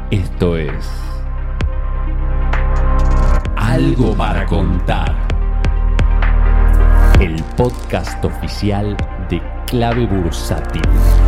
Esto es Algo para Contar, el podcast oficial de Clave Bursátil.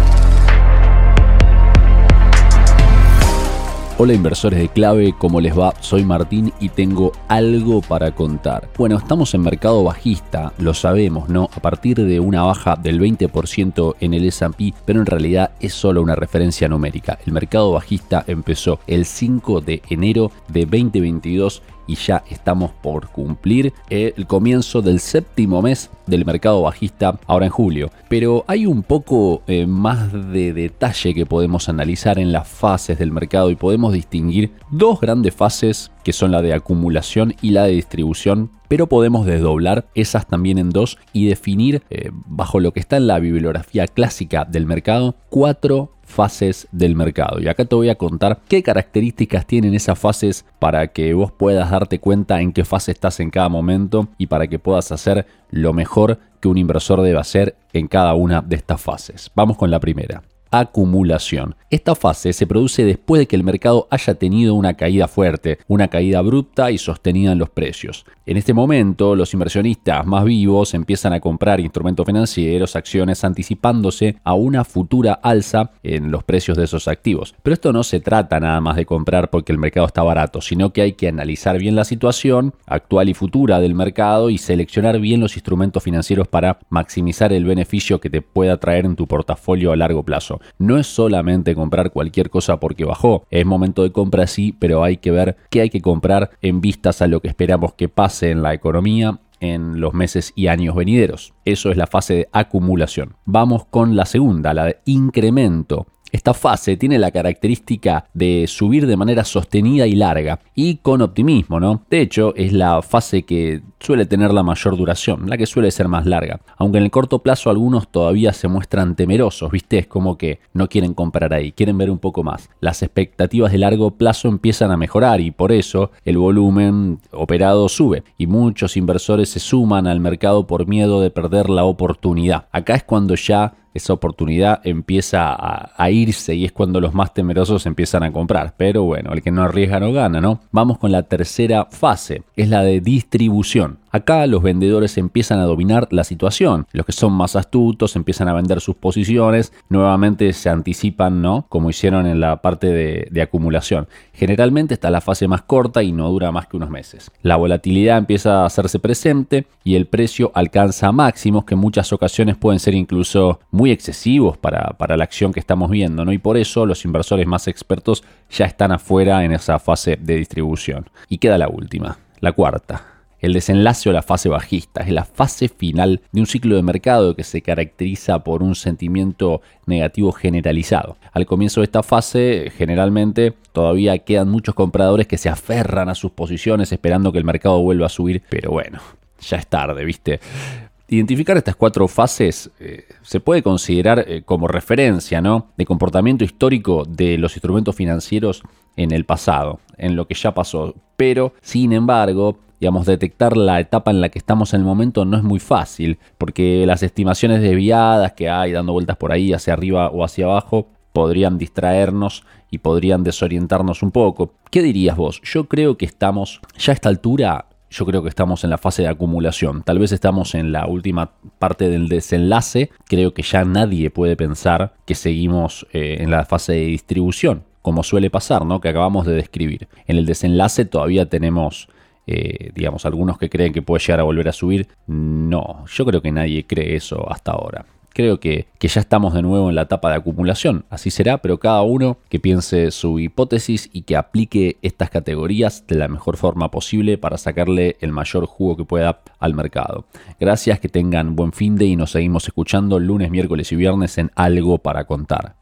Hola inversores de Clave, ¿cómo les va? Soy Martín y tengo algo para contar. Bueno, estamos en mercado bajista, lo sabemos, ¿no? A partir de una baja del 20% en el S&P, pero en realidad es solo una referencia numérica. El mercado bajista empezó el 5 de enero de 2022 y ya estamos por cumplir el comienzo del séptimo mes del mercado bajista ahora en julio. Pero hay un poco más de detalle que podemos analizar en las fases del mercado y podemos distinguir dos grandes fases que son la de acumulación y la de distribución, pero podemos desdoblar esas también en dos y definir bajo lo que está en la bibliografía clásica del mercado 4 fases del mercado. Y acá te voy a contar qué características tienen esas fases para que vos puedas darte cuenta en qué fase estás en cada momento y para que puedas hacer lo mejor que un inversor debe hacer en cada una de estas fases. Vamos con la primera. Acumulación. Esta fase se produce después de que el mercado haya tenido una caída fuerte, una caída abrupta y sostenida en los precios. En este momento, los inversionistas más vivos empiezan a comprar instrumentos financieros, acciones, anticipándose a una futura alza en los precios de esos activos. Pero esto no se trata nada más de comprar porque el mercado está barato, sino que hay que analizar bien la situación actual y futura del mercado y seleccionar bien los instrumentos financieros para maximizar el beneficio que te pueda traer en tu portafolio a largo plazo. No es solamente comprar cualquier cosa porque bajó, es momento de compra sí, pero hay que ver qué hay que comprar en vistas a lo que esperamos que pase en la economía en los meses y años venideros. Eso es la fase de acumulación. Vamos con la segunda, la de incremento. Esta fase tiene la característica de subir de manera sostenida y larga y con optimismo, ¿no? De hecho, es la fase que suele tener la mayor duración, la que suele ser más larga. Aunque en el corto plazo algunos todavía se muestran temerosos, ¿viste? Es como que no quieren comprar ahí, quieren ver un poco más. Las expectativas de largo plazo empiezan a mejorar y por eso el volumen operado sube y muchos inversores se suman al mercado por miedo de perder la oportunidad. Acá es cuando ya esa oportunidad empieza a irse y es cuando los más temerosos empiezan a comprar. Pero bueno, el que no arriesga no gana, ¿no? Vamos con la tercera fase, es la de distribución. Acá los vendedores empiezan a dominar la situación. Los que son más astutos empiezan a vender sus posiciones, nuevamente se anticipan, ¿no? Como hicieron en la parte de acumulación. Generalmente está la fase más corta y no dura más que unos meses. La volatilidad empieza a hacerse presente y el precio alcanza máximos que en muchas ocasiones pueden ser incluso muy excesivos para la acción que estamos viendo, ¿no? Y por eso los inversores más expertos ya están afuera en esa fase de distribución. Y queda la última, la cuarta. El desenlace o la fase bajista es la fase final de un ciclo de mercado que se caracteriza por un sentimiento negativo generalizado. Al comienzo de esta fase, generalmente todavía quedan muchos compradores que se aferran a sus posiciones esperando que el mercado vuelva a subir, pero bueno, ya es tarde, ¿viste? Identificar estas 4 fases se puede considerar como referencia, ¿no? De comportamiento histórico de los instrumentos financieros en el pasado, en lo que ya pasó. Pero, sin embargo, digamos, detectar la etapa en la que estamos en el momento no es muy fácil, porque las estimaciones desviadas que hay dando vueltas por ahí hacia arriba o hacia abajo podrían distraernos y podrían desorientarnos un poco. ¿Qué dirías vos? Yo creo que estamos, ya a esta altura, yo creo que estamos en la fase de acumulación. Tal vez estamos en la última parte del desenlace. Creo que ya nadie puede pensar que seguimos en la fase de distribución, como suele pasar, ¿no? Que acabamos de describir. En el desenlace todavía tenemos digamos, algunos que creen que puede llegar a volver a subir. No, yo creo que nadie cree eso hasta ahora. Creo que ya estamos de nuevo en la etapa de acumulación, así será, pero cada uno que piense su hipótesis y que aplique estas categorías de la mejor forma posible para sacarle el mayor jugo que pueda al mercado. Gracias, que tengan buen finde y nos seguimos escuchando lunes, miércoles y viernes en Algo para Contar.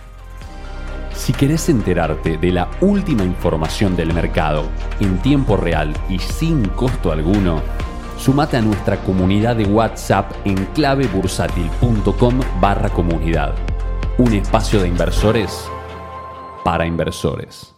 Si querés enterarte de la última información del mercado en tiempo real y sin costo alguno, sumate a nuestra comunidad de WhatsApp en clavebursatil.com/comunidad. Un espacio de inversores para inversores.